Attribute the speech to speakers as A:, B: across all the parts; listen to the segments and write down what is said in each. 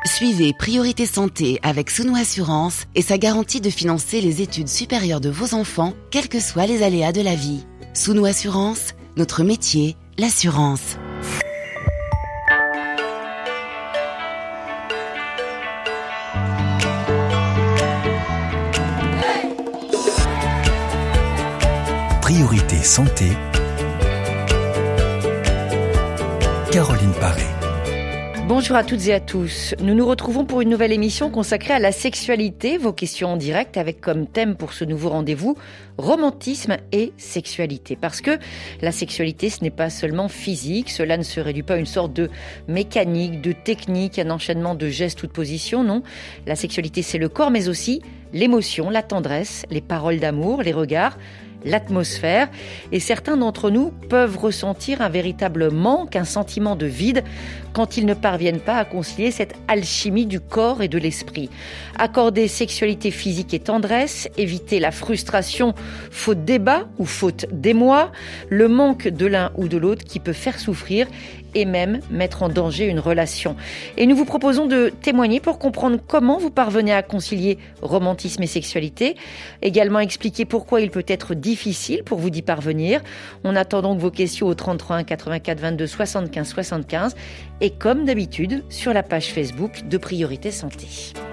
A: Suivez Priorité Santé avec Souno Assurance et sa garantie de financer les études supérieures de vos enfants, quels que soient les aléas de la vie. Souno Assurance, notre métier, l'assurance.
B: Priorité Santé, Caroline Paré.
C: Bonjour à toutes et à tous. Nous nous retrouvons pour une nouvelle émission consacrée à la sexualité. Vos questions en direct avec comme thème pour ce nouveau rendez-vous, romantisme et sexualité. Parce que la sexualité, ce n'est pas seulement physique. Cela ne se réduit pas à une sorte de mécanique, de technique, un enchaînement de gestes ou de positions. Non, la sexualité, c'est le corps, mais aussi l'émotion, la tendresse, les paroles d'amour, les regards, l'atmosphère. Et certains d'entre nous peuvent ressentir un véritable manque, un sentiment de vide quand ils ne parviennent pas à concilier cette alchimie du corps et de l'esprit. Accorder sexualité physique et tendresse, éviter la frustration, faute débat ou faute d'émoi, le manque de l'un ou de l'autre qui peut faire souffrir et même mettre en danger une relation. Et nous vous proposons de témoigner pour comprendre comment vous parvenez à concilier romantisme et sexualité, également expliquer pourquoi il peut être difficile pour vous d'y parvenir. On attend donc vos questions au 33 1 84 22 75 75 et comme d'habitude sur la page Facebook de Priorité Santé.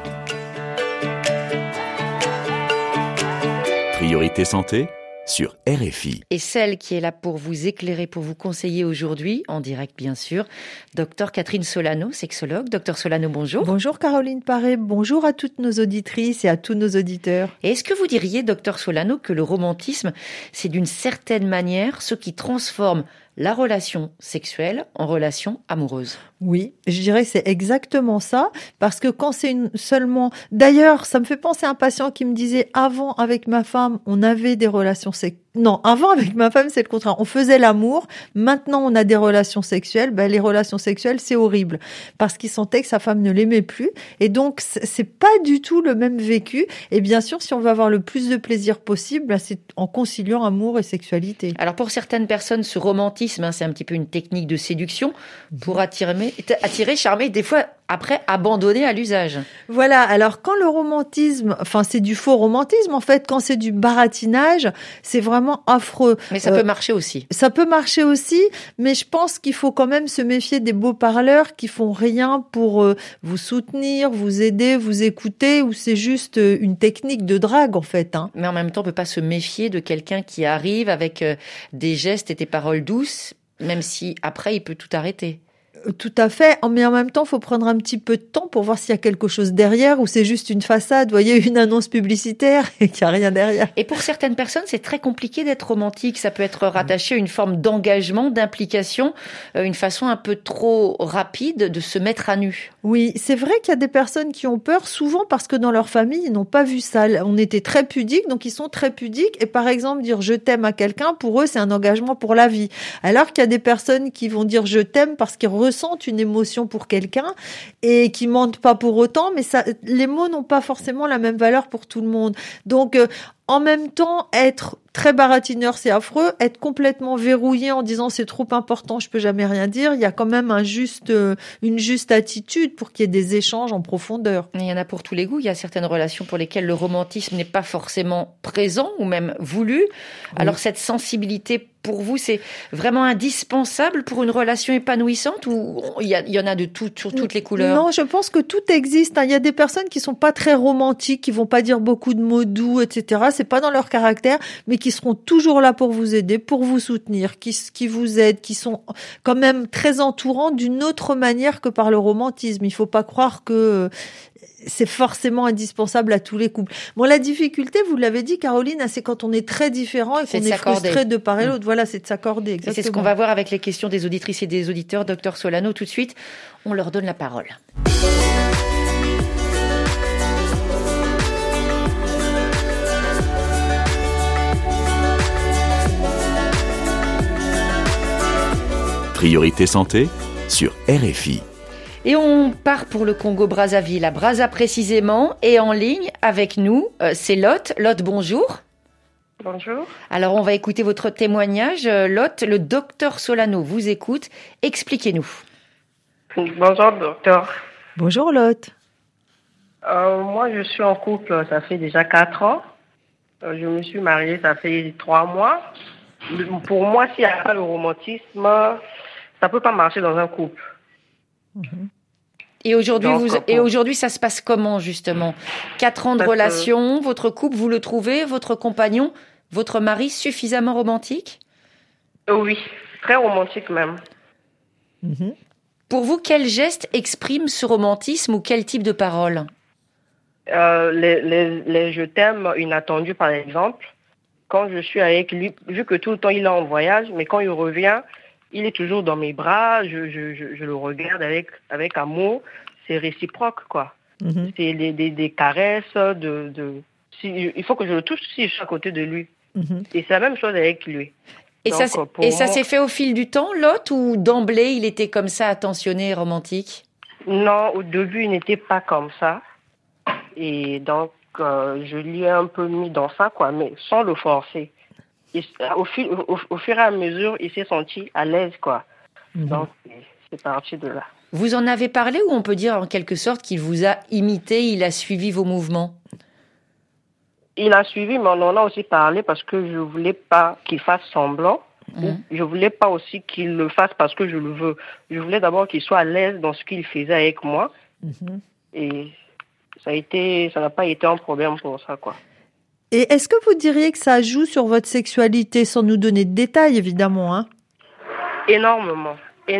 B: Priorité Santé sur RFI.
C: Et celle qui est là pour vous éclairer, pour vous conseiller aujourd'hui, en direct bien sûr, Dr Catherine Solano, sexologue. Dr Solano, bonjour.
D: Bonjour Caroline Paré, bonjour à toutes nos auditrices et à tous nos auditeurs.
C: Et est-ce que vous diriez, Dr Solano, que le romantisme, c'est d'une certaine manière ce qui transforme la relation sexuelle en relation amoureuse?
D: Oui, je dirais que c'est exactement ça, parce que quand c'est seulement... D'ailleurs, ça me fait penser à un patient qui me disait, avant avec ma femme, on avait des relations sexuelles. Non, avant avec ma femme, c'est le contraire. On faisait l'amour, maintenant on a des relations sexuelles. Ben, les relations sexuelles, c'est horrible, parce qu'il sentait que sa femme ne l'aimait plus. Et donc, c'est pas du tout le même vécu. Et bien sûr, si on veut avoir le plus de plaisir possible, ben, c'est en conciliant amour et sexualité.
C: Alors pour certaines personnes, ce romantisme, c'est un petit peu une technique de séduction pour attirer, charmer, des fois après abandonner à l'usage.
D: Voilà, alors quand le romantisme, enfin c'est du faux romantisme en fait, quand c'est du baratinage, c'est vraiment affreux.
C: Mais ça peut marcher aussi.
D: Ça peut marcher aussi, mais je pense qu'il faut quand même se méfier des beaux parleurs qui font rien pour vous soutenir, vous aider, vous écouter, ou c'est juste une technique de drague en fait.
C: Mais en même temps, on peut pas se méfier de quelqu'un qui arrive avec des gestes et des paroles douces, même si après il peut tout arrêter.
D: Tout à fait, mais en même temps, il faut prendre un petit peu de temps pour voir s'il y a quelque chose derrière ou c'est juste une façade, vous voyez, une annonce publicitaire et qu'il n'y a rien derrière.
C: Et pour certaines personnes, c'est très compliqué d'être romantique. Ça peut être rattaché à une forme d'engagement, d'implication, une façon un peu trop rapide de se mettre à nu.
D: Oui, c'est vrai qu'il y a des personnes qui ont peur, souvent parce que dans leur famille, ils n'ont pas vu ça. On était très pudiques, donc ils sont très pudiques. Et par exemple, dire « je t'aime » à quelqu'un, pour eux, c'est un engagement pour la vie. Alors qu'il y a des personnes qui vont dire « je t'aime » parce qu'ils ressentent une émotion pour quelqu'un et qui mentent pas pour autant, mais ça, les mots n'ont pas forcément la même valeur pour tout le monde. Donc, en même temps, être très baratineur, c'est affreux. Être complètement verrouillé en disant c'est trop important, je peux jamais rien dire. Il y a quand même une juste attitude pour qu'il y ait des échanges en profondeur.
C: Il y en a pour tous les goûts. Il y a certaines relations pour lesquelles le romantisme n'est pas forcément présent ou même voulu. Oui. Alors cette sensibilité, pour vous, c'est vraiment indispensable pour une relation épanouissante ou il y en a de tout, sur toutes les couleurs?
D: Non, je pense que tout existe. Il y a des personnes qui sont pas très romantiques, qui vont pas dire beaucoup de mots doux, etc. C'est pas dans leur caractère, mais qui seront toujours là pour vous aider, pour vous soutenir, qui vous aident, qui sont quand même très entourants d'une autre manière que par le romantisme. Il faut pas croire que c'est forcément indispensable à tous les couples. Bon, la difficulté, vous l'avez dit, Caroline, c'est quand on est très différent et qu'on est frustré de part et l'autre. Voilà, c'est de s'accorder. Exactement.
C: Et c'est ce qu'on va voir avec les questions des auditrices et des auditeurs. Dr Solano, tout de suite, on leur donne la parole.
B: Priorité Santé sur RFI.
C: Et on part pour le Congo-Brazzaville, à Brazza précisément, et en ligne avec nous, c'est Lotte. Lotte, bonjour.
E: Bonjour.
C: Alors on va écouter votre témoignage. Lotte, le docteur Solano vous écoute. Expliquez-nous.
E: Bonjour docteur.
D: Bonjour Lotte.
E: Moi, je suis en couple, ça fait déjà 4 ans. Je me suis mariée, ça fait 3 mois. Pour moi, s'il n'y a pas le romantisme, ça ne peut pas marcher dans un couple.
C: Et aujourd'hui, ça se passe comment, justement? 4 ans de relation, votre couple, vous le trouvez, votre compagnon, votre mari, suffisamment romantique?
E: Oui, très romantique même.
C: Pour vous, quel geste exprime ce romantisme ou quel type de parole?
E: Les je t'aime inattendus, par exemple. Quand je suis avec lui, vu que tout le temps il est en voyage, mais quand il revient, il est toujours dans mes bras, je le regarde avec amour. C'est réciproque, quoi. C'est des caresses, il faut que je le touche si je suis à côté de lui. Et c'est la même chose avec lui.
C: Et donc, ça s'est fait au fil du temps, Lotte, ou d'emblée il était comme ça, attentionné et romantique?
E: Non, au début il n'était pas comme ça. Et donc, je lui ai un peu mis dans ça, quoi, mais sans le forcer. Et au fur et à mesure, il s'est senti à l'aise, quoi. Donc, c'est parti de là.
C: Vous en avez parlé ou on peut dire en quelque sorte qu'il vous a imité, il a suivi vos mouvements?
E: Il a suivi, mais on en a aussi parlé parce que je ne voulais pas qu'il fasse semblant. Je ne voulais pas aussi qu'il le fasse parce que je le veux. Je voulais d'abord qu'il soit à l'aise dans ce qu'il faisait avec moi. Et ça n'a pas été un problème pour ça, quoi.
D: Et est-ce que vous diriez que ça joue sur votre sexualité, sans nous donner de détails, évidemment, hein?
E: Énormément.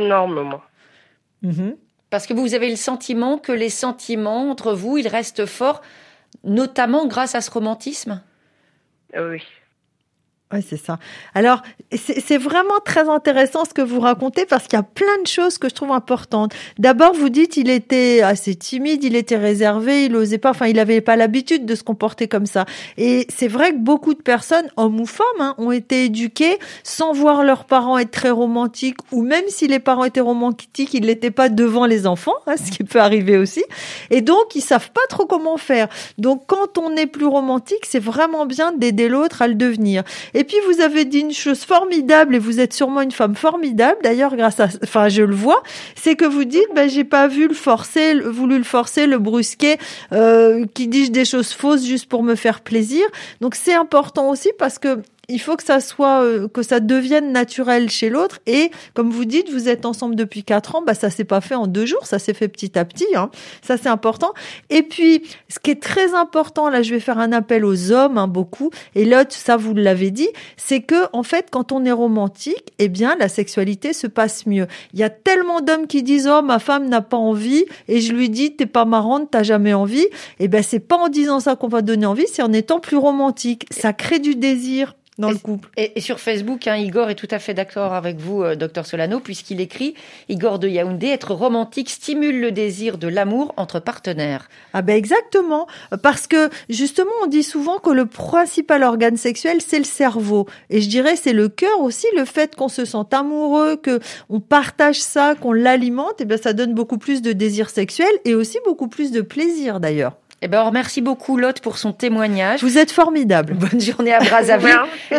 C: Parce que vous avez le sentiment que les sentiments entre vous, ils restent forts, notamment grâce à ce romantisme?
E: Oui.
D: Oui, c'est ça. Alors, c'est vraiment très intéressant ce que vous racontez parce qu'il y a plein de choses que je trouve importantes. D'abord, vous dites il était assez timide, il était réservé, il osait pas, enfin, il avait pas l'habitude de se comporter comme ça. Et c'est vrai que beaucoup de personnes, hommes ou femmes, ont été éduquées sans voir leurs parents être très romantiques, ou même si les parents étaient romantiques, ils l'étaient pas devant les enfants, ce qui peut arriver aussi. Et donc, ils savent pas trop comment faire. Donc, quand on est plus romantique, c'est vraiment bien d'aider l'autre à le devenir. Et puis, vous avez dit une chose formidable, et vous êtes sûrement une femme formidable, d'ailleurs, je le vois, c'est que vous dites, j'ai pas voulu le forcer, le brusquer, qui dis des choses fausses juste pour me faire plaisir. Donc, c'est important aussi parce que il faut que ça soit, que ça devienne naturel chez l'autre. Et comme vous dites, vous êtes ensemble depuis 4 ans, ça s'est pas fait en 2 jours, ça s'est fait petit à petit. Ça, c'est important. Et puis, ce qui est très important, là, je vais faire un appel aux hommes, beaucoup. Et là, ça, vous l'avez dit, c'est que, en fait, quand on est romantique, la sexualité se passe mieux. Il y a tellement d'hommes qui disent, oh, ma femme n'a pas envie. Et je lui dis, t'es pas marrante, t'as jamais envie. C'est pas en disant ça qu'on va donner envie, c'est en étant plus romantique. Ça crée du désir dans le couple.
C: Et sur Facebook, Igor est tout à fait d'accord avec vous, Dr Solano, puisqu'il écrit, Igor de Yaoundé, être romantique stimule le désir de l'amour entre partenaires.
D: Exactement, parce que justement, on dit souvent que le principal organe sexuel, c'est le cerveau. Et je dirais, c'est le cœur aussi, le fait qu'on se sente amoureux, qu'on partage ça, qu'on l'alimente, ça donne beaucoup plus de désir sexuel et aussi beaucoup plus de plaisir d'ailleurs.
C: On remercie beaucoup Lotte pour son témoignage.
D: Vous êtes formidable.
C: Bonne journée à Brazzaville.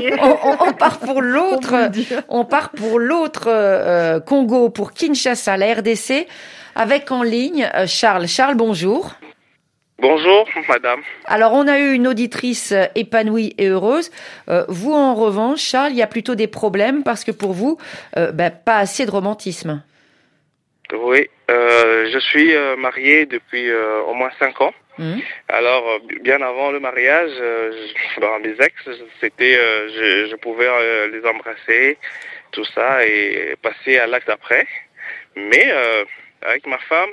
C: On part pour l'autre. On part pour l'autre Congo, pour Kinshasa, la RDC, avec en ligne Charles. Charles, bonjour.
F: Bonjour, madame.
C: Alors, on a eu une auditrice épanouie et heureuse. Vous, en revanche, Charles, il y a plutôt des problèmes parce que pour vous, pas assez de romantisme.
F: Oui, je suis marié depuis au moins 5 ans. Alors, bien avant le mariage, mes ex, c'était, je pouvais les embrasser, tout ça, et passer à l'acte après. Mais avec ma femme,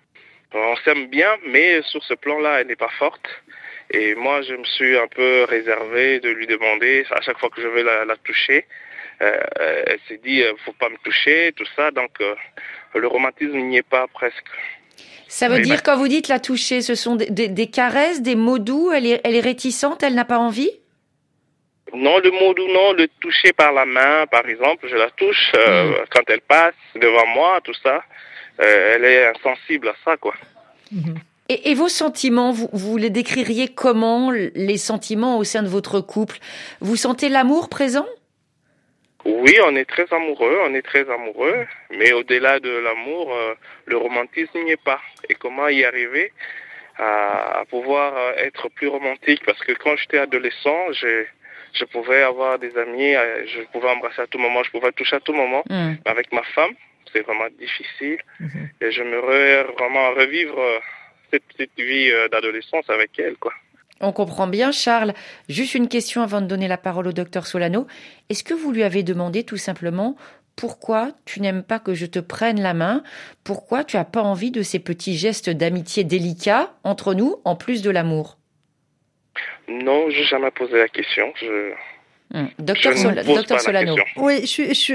F: on s'aime bien, mais sur ce plan-là, elle n'est pas forte. Et moi, je me suis un peu réservé de lui demander, à chaque fois que je vais la toucher, elle s'est dit, faut pas me toucher, tout ça. Donc, le romantisme n'y est pas presque.
C: Ça veut dire, quand vous dites la toucher, ce sont des caresses, des mots doux, elle est réticente, elle n'a pas envie?
F: Non, le mot doux, non, le toucher par la main, par exemple, je la touche quand elle passe devant moi, tout ça. Elle est insensible à ça, quoi.
C: Et vos sentiments, vous les décririez comment, les sentiments au sein de votre couple? Vous sentez l'amour présent?
F: Oui, on est très amoureux, mais au-delà de l'amour, le romantisme n'y est pas. Et comment y arriver à pouvoir être plus romantique? Parce que quand j'étais adolescent, je pouvais avoir des amis, je pouvais embrasser à tout moment, je pouvais toucher à tout moment. Avec ma femme, c'est vraiment difficile. Et j'aimerais vraiment revivre cette petite vie d'adolescence avec elle, quoi.
C: On comprend bien, Charles. Juste une question avant de donner la parole au docteur Solano. Est-ce que vous lui avez demandé tout simplement pourquoi tu n'aimes pas que je te prenne la main? Pourquoi tu n'as pas envie de ces petits gestes d'amitié délicats entre nous, en plus de l'amour?
F: Non, je n'ai jamais posé la question.
C: Docteur Solano.
D: Oui,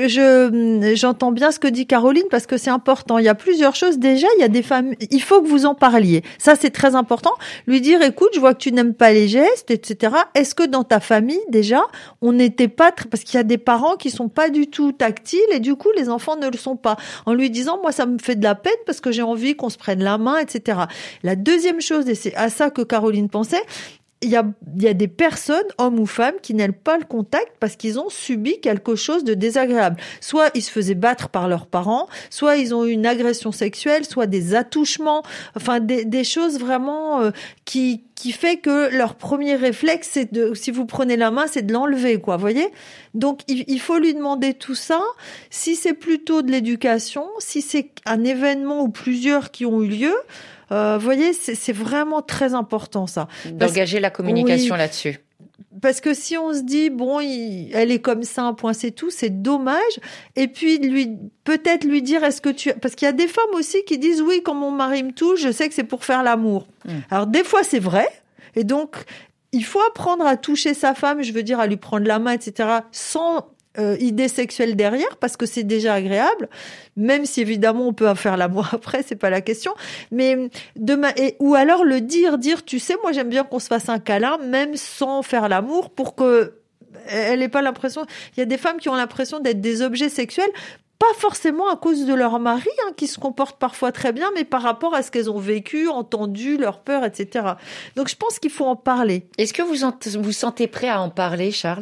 D: j'entends bien ce que dit Caroline parce que c'est important. Il y a plusieurs choses. Déjà, il y a des femmes, il faut que vous en parliez. Ça, c'est très important. Lui dire, écoute, je vois que tu n'aimes pas les gestes, etc. Est-ce que dans ta famille, déjà, on n'était pas parce qu'il y a des parents qui sont pas du tout tactiles et du coup, les enfants ne le sont pas. En lui disant, moi, ça me fait de la peine parce que j'ai envie qu'on se prenne la main, etc. La deuxième chose, et c'est à ça que Caroline pensait, il y a des personnes, hommes ou femmes, qui n'aiment pas le contact parce qu'ils ont subi quelque chose de désagréable. Soit ils se faisaient battre par leurs parents, soit ils ont eu une agression sexuelle, soit des attouchements, enfin des choses vraiment qui fait que leur premier réflexe, c'est si vous prenez la main, c'est de l'enlever, quoi, vous voyez? Donc il faut lui demander tout ça. Si c'est plutôt de l'éducation, si c'est un événement ou plusieurs qui ont eu lieu, vous voyez, c'est vraiment très important ça.
C: D'engager la communication là-dessus.
D: Parce que si on se dit, bon, elle est comme ça, un point, c'est tout, c'est dommage. Et puis, peut-être lui dire, parce qu'il y a des femmes aussi qui disent, oui, quand mon mari me touche, je sais que c'est pour faire l'amour. Alors, des fois, c'est vrai. Et donc, il faut apprendre à toucher sa femme, je veux dire, à lui prendre la main, etc., sans idée sexuelle derrière, parce que c'est déjà agréable, même si évidemment on peut en faire l'amour après, c'est pas la question, mais ou alors le dire, tu sais, moi j'aime bien qu'on se fasse un câlin, même sans faire l'amour, pour que elle ait pas l'impression. Il y a des femmes qui ont l'impression d'être des objets sexuels, pas forcément à cause de leur mari, qui se comporte parfois très bien, mais par rapport à ce qu'elles ont vécu, entendu, leur peur, etc. Donc je pense qu'il faut en parler.
C: Est-ce que vous sentez prêt à en parler, Charles?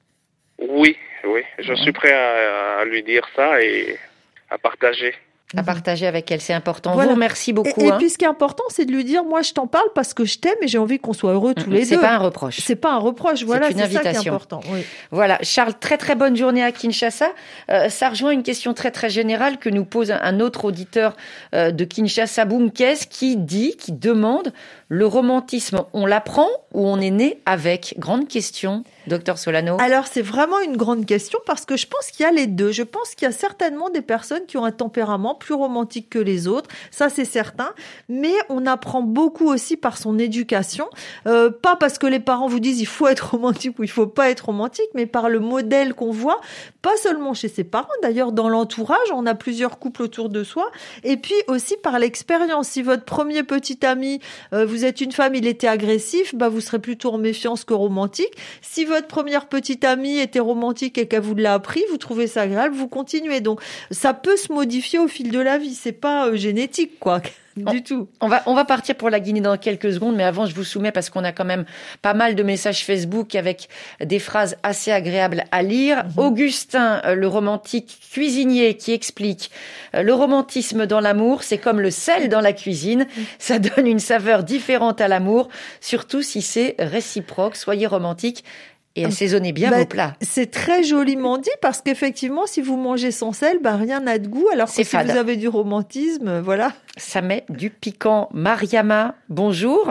F: Oui, je suis prêt à lui dire ça et à partager.
C: À partager avec elle, c'est important.
D: Voilà.
C: Vous remercie beaucoup.
D: Et puis ce qui est important, c'est de lui dire, moi je t'en parle parce que je t'aime et j'ai envie qu'on soit heureux tous les deux.
C: C'est pas un reproche.
D: C'est pas un reproche, voilà,
C: c'est une invitation.
D: Ça qui est important. Oui.
C: Voilà, Charles, très très bonne journée à Kinshasa. Ça rejoint une question très très générale que nous pose un autre auditeur de Kinshasa, Boumkes, qui demande, le romantisme, on l'apprend ou on est né avec? Grande question, docteur Solano.
D: Alors c'est vraiment une grande question parce que je pense qu'il y a les deux. Je pense qu'il y a certainement des personnes qui ont un tempérament plus romantique que les autres, ça c'est certain, mais on apprend beaucoup aussi par son éducation, pas parce que les parents vous disent il faut être romantique ou il faut pas être romantique, mais par le modèle qu'on voit, pas seulement chez ses parents, d'ailleurs dans l'entourage, on a plusieurs couples autour de soi, et puis aussi par l'expérience. Si votre premier petit ami, vous êtes une femme, il était agressif, vous serez plutôt en méfiance que romantique. Si votre première petite amie était romantique et qu'elle vous l'a appris, vous trouvez ça agréable, vous continuez. Donc ça peut se modifier au fil de la vie, c'est pas génétique, quoi. Du tout.
C: On va partir pour la Guinée dans quelques secondes, mais avant je vous soumets, parce qu'on a quand même pas mal de messages Facebook avec des phrases assez agréables à lire. Augustin, le romantique cuisinier, qui explique le romantisme dans l'amour, c'est comme le sel dans la cuisine, ça donne une saveur différente à l'amour, surtout si c'est réciproque. Soyez romantique et assaisonnez bien vos plats.
D: C'est très joliment dit parce qu'effectivement, si vous mangez sans sel, rien n'a de goût. Alors que si vous avez du romantisme, voilà.
C: Ça met du piquant. Mariama, bonjour.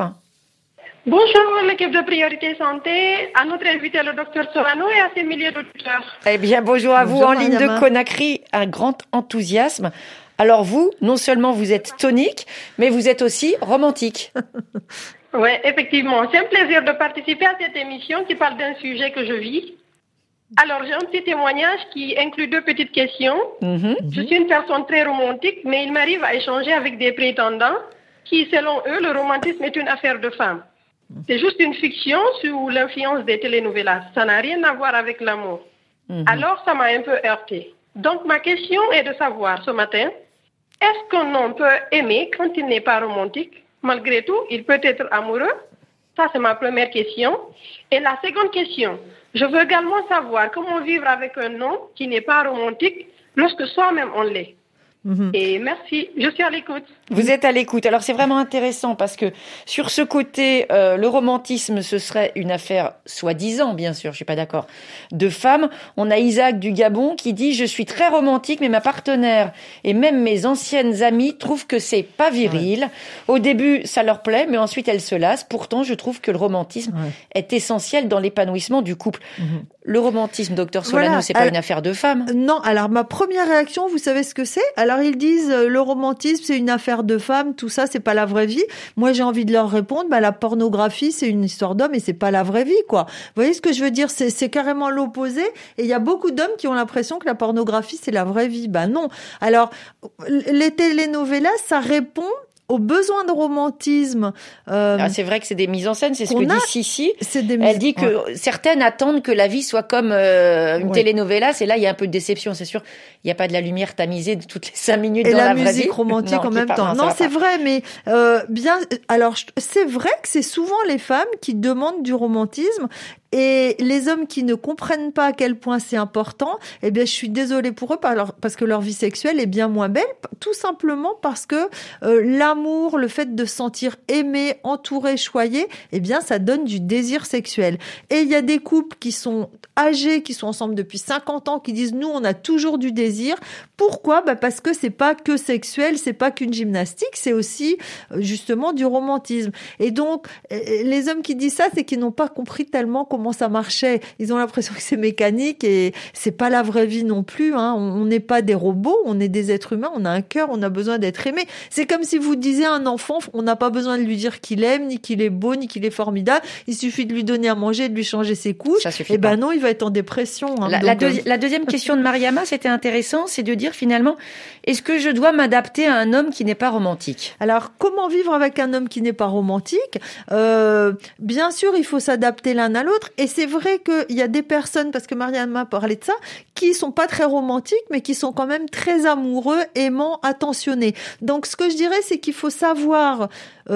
G: Bonjour l'équipe de Priorité Santé, à notre invité le docteur Solano et à ses milliers d'auditeurs.
C: Eh bien, bonjour à vous en ligne de Conakry, un grand enthousiasme. Alors vous, non seulement vous êtes tonique, mais vous êtes aussi romantique.
G: Oui, effectivement. C'est un plaisir de participer à cette émission qui parle d'un sujet que je vis. Alors, j'ai un petit témoignage qui inclut 2 petites questions. Je suis une personne très romantique, mais il m'arrive à échanger avec des prétendants qui, selon eux, le romantisme est une affaire de femmes. C'est juste une fiction sous l'influence des télénovelas. Ça n'a rien à voir avec l'amour. Alors, ça m'a un peu heurtée. Donc, ma question est de savoir ce matin, est-ce qu'un homme peut aimer quand il n'est pas romantique? Malgré tout, il peut être amoureux. Ça, c'est ma première question. Et la seconde question, je veux également savoir comment vivre avec un homme qui n'est pas romantique lorsque soi-même on l'est. Et merci, je suis à l'écoute.
C: Vous êtes à l'écoute. Alors c'est vraiment intéressant parce que sur ce côté, le romantisme, ce serait une affaire soi-disant, bien sûr, je suis pas d'accord, de femmes. On a Isaac du Gabon qui dit « Je suis très romantique, mais ma partenaire et même mes anciennes amies trouvent que c'est pas viril. Ouais. Au début, ça leur plaît, mais ensuite elles se lassent. Pourtant, je trouve que le romantisme est essentiel dans l'épanouissement du couple. » Le romantisme, docteur Solano, c'est pas une affaire de femmes.
D: Non, alors ma première réaction, vous savez ce que c'est ? Alors ils disent le romantisme, c'est une affaire de femmes, tout ça, c'est pas la vraie vie. Moi, j'ai envie de leur répondre, la pornographie, c'est une histoire d'hommes et c'est pas la vraie vie, quoi. Vous voyez ce que je veux dire ? C'est carrément l'opposé. Et il y a beaucoup d'hommes qui ont l'impression que la pornographie, c'est la vraie vie. Non. Alors, les telenovelas, ça répond aux besoins de romantisme.
C: C'est vrai que c'est des mises en scène, c'est ce que dit Sissi. Elle dit que certaines attendent que la vie soit comme une telenovela. C'est là, il y a un peu de déception, c'est sûr. Il n'y a pas de la lumière tamisée de toutes les 5 minutes dans la vraie vie. Et la musique
D: romantique en même temps. Non, c'est vrai, mais bien. Alors, c'est vrai que c'est souvent les femmes qui demandent du romantisme. Et les hommes qui ne comprennent pas à quel point c'est important, je suis désolée pour eux parce que leur vie sexuelle est bien moins belle, tout simplement parce que l'amour, le fait de se sentir aimé, entouré, choyé, ça donne du désir sexuel. Et il y a des couples qui sont âgés, qui sont ensemble depuis 50 ans, qui disent nous on a toujours du désir. Pourquoi ? Parce que c'est pas que sexuel, c'est pas qu'une gymnastique, c'est aussi justement du romantisme. Et donc les hommes qui disent ça, c'est qu'ils n'ont pas compris tellement comment ça marchait. Ils ont l'impression que c'est mécanique et c'est pas la vraie vie non plus. On n'est pas des robots, on est des êtres humains, on a un cœur, on a besoin d'être aimé. C'est comme si vous disiez à un enfant, on n'a pas besoin de lui dire qu'il aime, ni qu'il est beau, ni qu'il est formidable. Il suffit de lui donner à manger, de lui changer ses couches.
C: Ça suffit pas.
D: Non, il va être en dépression.
C: La deuxième question de Mariama, c'était intéressant, c'est de dire finalement, est-ce que je dois m'adapter à un homme qui n'est pas romantique ?
D: Alors, comment vivre avec un homme qui n'est pas romantique ? Bien sûr, il faut s'adapter l'un à l'autre. Et c'est vrai qu'il y a des personnes, parce que Mariama parlait de ça, qui sont pas très romantiques, mais qui sont quand même très amoureux, aimants, attentionnés. Donc, ce que je dirais, c'est qu'il faut savoir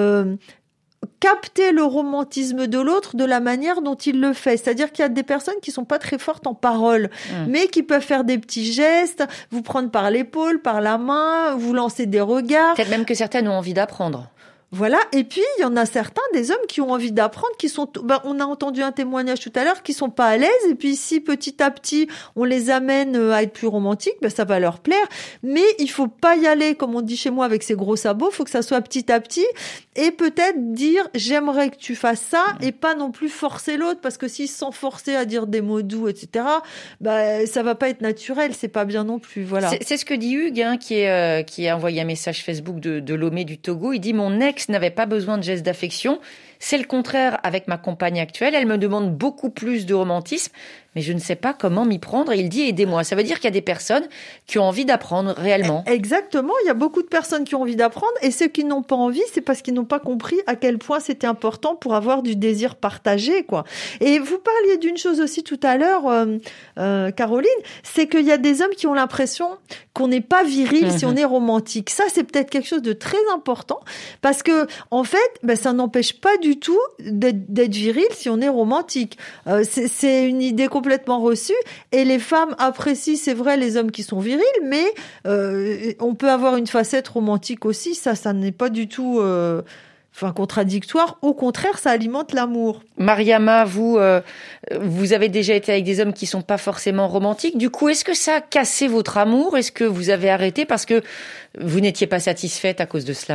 D: capter le romantisme de l'autre de la manière dont il le fait. C'est-à-dire qu'il y a des personnes qui sont pas très fortes en parole, mais qui peuvent faire des petits gestes, vous prendre par l'épaule, par la main, vous lancer des regards.
C: Peut-être même que certaines ont envie d'apprendre.
D: Voilà. Et puis, il y en a certains, des hommes qui ont envie d'apprendre, qui sont, on a entendu un témoignage tout à l'heure, qui sont pas à l'aise. Et puis, si petit à petit, on les amène à être plus romantiques, ça va leur plaire. Mais il faut pas y aller, comme on dit chez moi, avec ses gros sabots. Il faut que ça soit petit à petit. Et peut-être dire, j'aimerais que tu fasses ça, et pas non plus forcer l'autre, parce que s'ils se sont forcés à dire des mots doux, etc., ça va pas être naturel. C'est pas bien non plus. Voilà.
C: C'est ce que dit Hugues, qui a envoyé un message Facebook de Lomé du Togo. Il dit, mon ex n'avait pas besoin de gestes d'affection. C'est le contraire avec ma compagne actuelle. Elle me demande beaucoup plus de romantisme, mais je ne sais pas comment m'y prendre. Et il dit, aidez-moi. Ça veut dire qu'il y a des personnes qui ont envie d'apprendre réellement.
D: Exactement. Il y a beaucoup de personnes qui ont envie d'apprendre. Et ceux qui n'ont pas envie, c'est parce qu'ils n'ont pas compris à quel point c'était important pour avoir du désir partagé, quoi. Et vous parliez d'une chose aussi tout à l'heure, Caroline, c'est qu'il y a des hommes qui ont l'impression qu'on n'est pas viril si on est romantique. Ça, c'est peut-être quelque chose de très important parce que, en fait, ça n'empêche pas du tout d'être viril si on est romantique. C'est une idée complètement reçue et les femmes apprécient, c'est vrai, les hommes qui sont virils, mais on peut avoir une facette romantique aussi. Ça n'est pas du tout contradictoire. Au contraire, ça alimente l'amour.
C: Mariama, vous avez déjà été avec des hommes qui sont pas forcément romantiques. Du coup, est-ce que ça a cassé votre amour ? Est-ce que vous avez arrêté parce que vous n'étiez pas satisfaite à cause de cela ?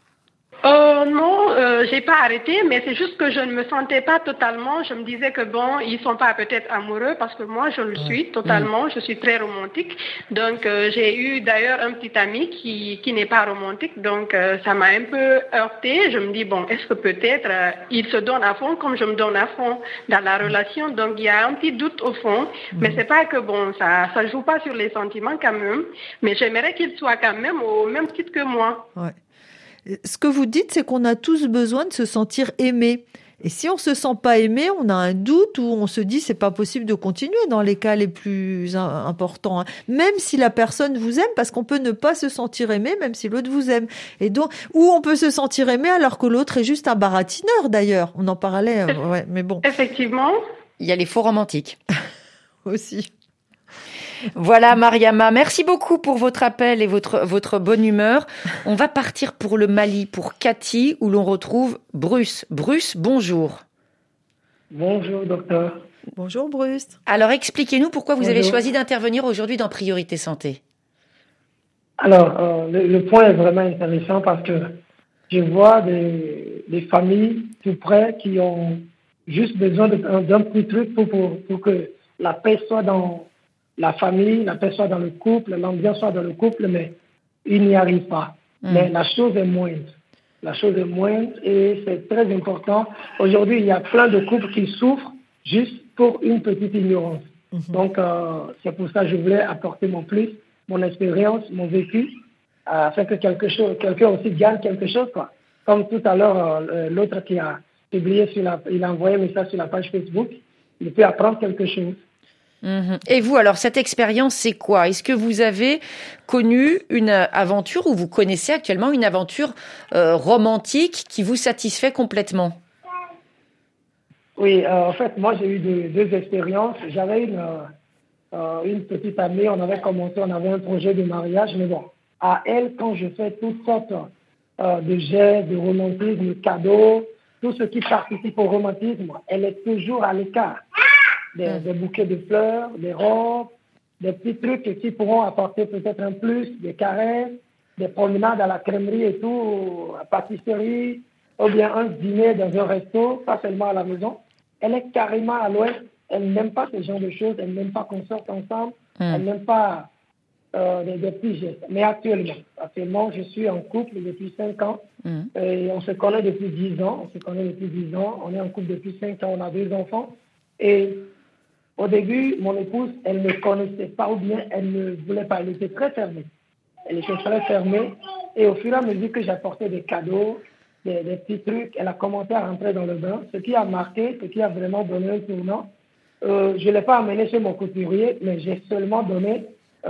G: Non, j'ai pas arrêté, mais c'est juste que je ne me sentais pas totalement. Je me disais que ils sont pas peut-être amoureux parce que moi je le suis totalement. Je suis très romantique. Donc j'ai eu d'ailleurs un petit ami qui n'est pas romantique. Donc ça m'a un peu heurtée. Je me dis est-ce que peut-être il se donne à fond comme je me donne à fond dans la relation. Donc il y a un petit doute au fond, mais c'est pas que ça joue pas sur les sentiments quand même. Mais j'aimerais qu'il soit quand même au même titre que moi.
D: Ouais. Ce que vous dites, c'est qu'on a tous besoin de se sentir aimé. Et si on se sent pas aimé, on a un doute ou on se dit c'est pas possible de continuer dans les cas les plus importants, hein. Même si la personne vous aime, parce qu'on peut ne pas se sentir aimé même si l'autre vous aime. Et donc, ou on peut se sentir aimé alors que l'autre est juste un baratineur d'ailleurs. On en parlait, ouais, mais bon.
G: Effectivement.
C: Il y a les faux romantiques.
D: Aussi.
C: Voilà, Mariama, merci beaucoup pour votre appel et votre bonne humeur. On va partir pour le Mali, pour Cathy, où l'on retrouve Bruce. Bruce, bonjour.
H: Bonjour, docteur.
D: Bonjour, Bruce.
C: Alors, expliquez-nous pourquoi vous avez choisi d'intervenir aujourd'hui dans Priorité Santé.
H: Alors, le point est vraiment intéressant parce que je vois des familles tout près qui ont juste besoin d'un petit truc pour que la paix soit dans la famille, la paix soit dans le couple, l'ambiance soit dans le couple, mais ils n'y arrivent pas. Mais la chose est moindre. La chose est moindre et c'est très important. Aujourd'hui, il y a plein de couples qui souffrent juste pour une petite ignorance. Donc, c'est pour ça que je voulais apporter mon expérience, mon vécu, afin que quelqu'un aussi gagne quelque chose, quoi. Comme tout à l'heure, l'autre qui a publié il a envoyé un message sur la page Facebook, il peut apprendre quelque chose.
C: Et vous, alors, cette expérience, c'est quoi? Est-ce que vous avez connu une aventure ou vous connaissez actuellement une aventure romantique qui vous satisfait complètement?
H: Oui, en fait, moi, j'ai eu deux expériences. J'avais une petite amie, on avait un projet de mariage, mais bon, à elle, quand je fais toutes sortes de gestes, de romantisme, de cadeaux, tout ce qui participe au romantisme, elle est toujours à l'écart. Des bouquets de fleurs, des robes, des petits trucs qui pourront apporter peut-être un plus, des caresses, des promenades à la crèmerie et tout, à pâtisserie, ou bien un dîner dans un resto, pas seulement à la maison. Elle est carrément à l'ouest. Elle n'aime pas ce genre de choses. Elle n'aime pas qu'on sorte ensemble. Elle n'aime pas des petits gestes. Mais actuellement, je suis en couple depuis 5 ans. Et on se connaît depuis 10 ans. On est en couple depuis 5 ans. On a 2 enfants. Et au début, mon épouse, elle ne connaissait pas ou bien elle ne voulait pas. Elle était très fermée. Et au fur et à mesure que j'apportais des cadeaux, des petits trucs, elle a commencé à rentrer dans le bain. Ce qui a marqué, ce qui a vraiment donné un tournant. Je ne l'ai pas amené chez mon couturier, mais j'ai seulement donné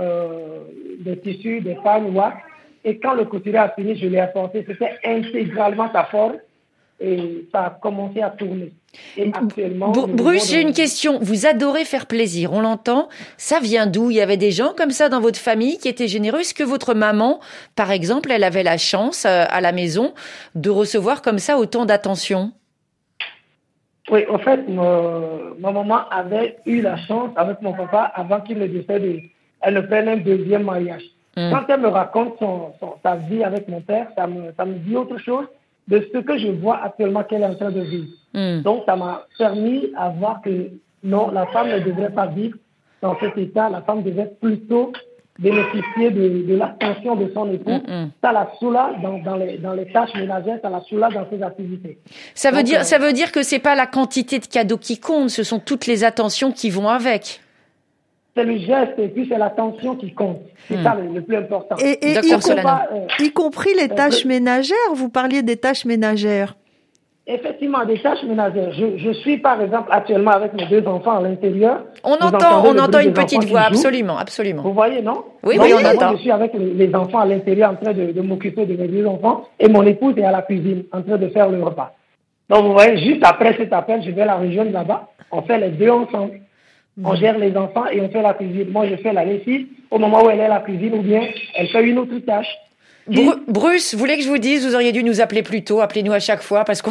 H: des tissus, des pagnes, wax. Et quand le couturier a fini, je l'ai apporté. C'était intégralement sa forme. Et ça a commencé à tourner. Et actuellement,
C: Bruce, j'ai une question. Vous adorez faire plaisir, on l'entend. Ça vient d'où? Il y avait des gens comme ça dans votre famille qui étaient généreux? Est-ce que votre maman, par exemple, elle avait la chance à la maison de recevoir comme ça autant d'attention?
H: Oui, en fait, ma maman avait eu la chance avec mon papa avant qu'il ne décède. Elle ne prenne un deuxième mariage. Quand elle me raconte sa vie avec mon père, ça me dit autre chose de ce que je vois actuellement qu'elle est en train de vivre. Donc, ça m'a permis à voir que non, la femme ne devrait pas vivre dans cet état. La femme devait plutôt bénéficier de l'attention de son époux. Ça la soulage dans les tâches ménagères, ça la soulage dans ses activités.
C: Ça veut dire que c'est pas la quantité de cadeaux qui compte, ce sont toutes les attentions qui vont avec.
H: C'est le geste et puis c'est l'attention qui compte. C'est ça le plus important.
D: Et y compris les tâches ménagères. Vous parliez des tâches ménagères.
H: Effectivement, des tâches ménagères. Je suis par exemple actuellement avec mes 2 enfants à l'intérieur.
C: On entend une petite voix, absolument.
H: Vous voyez, non?
C: Oui, on entend.
H: Je suis avec les enfants à l'intérieur en train de m'occuper de mes 2 enfants et mon épouse est à la cuisine en train de faire le repas. Donc vous voyez, juste après cet appel, je vais la rejoindre là-bas. On fait les 2 ensemble. On gère les enfants et on fait la cuisine. Moi, je fais la lessive au moment où elle est à la cuisine ou bien elle fait une autre tâche.
C: Bruce, vous voulez que je vous dise, vous auriez dû nous appeler plus tôt, appelez-nous à chaque fois parce qu'on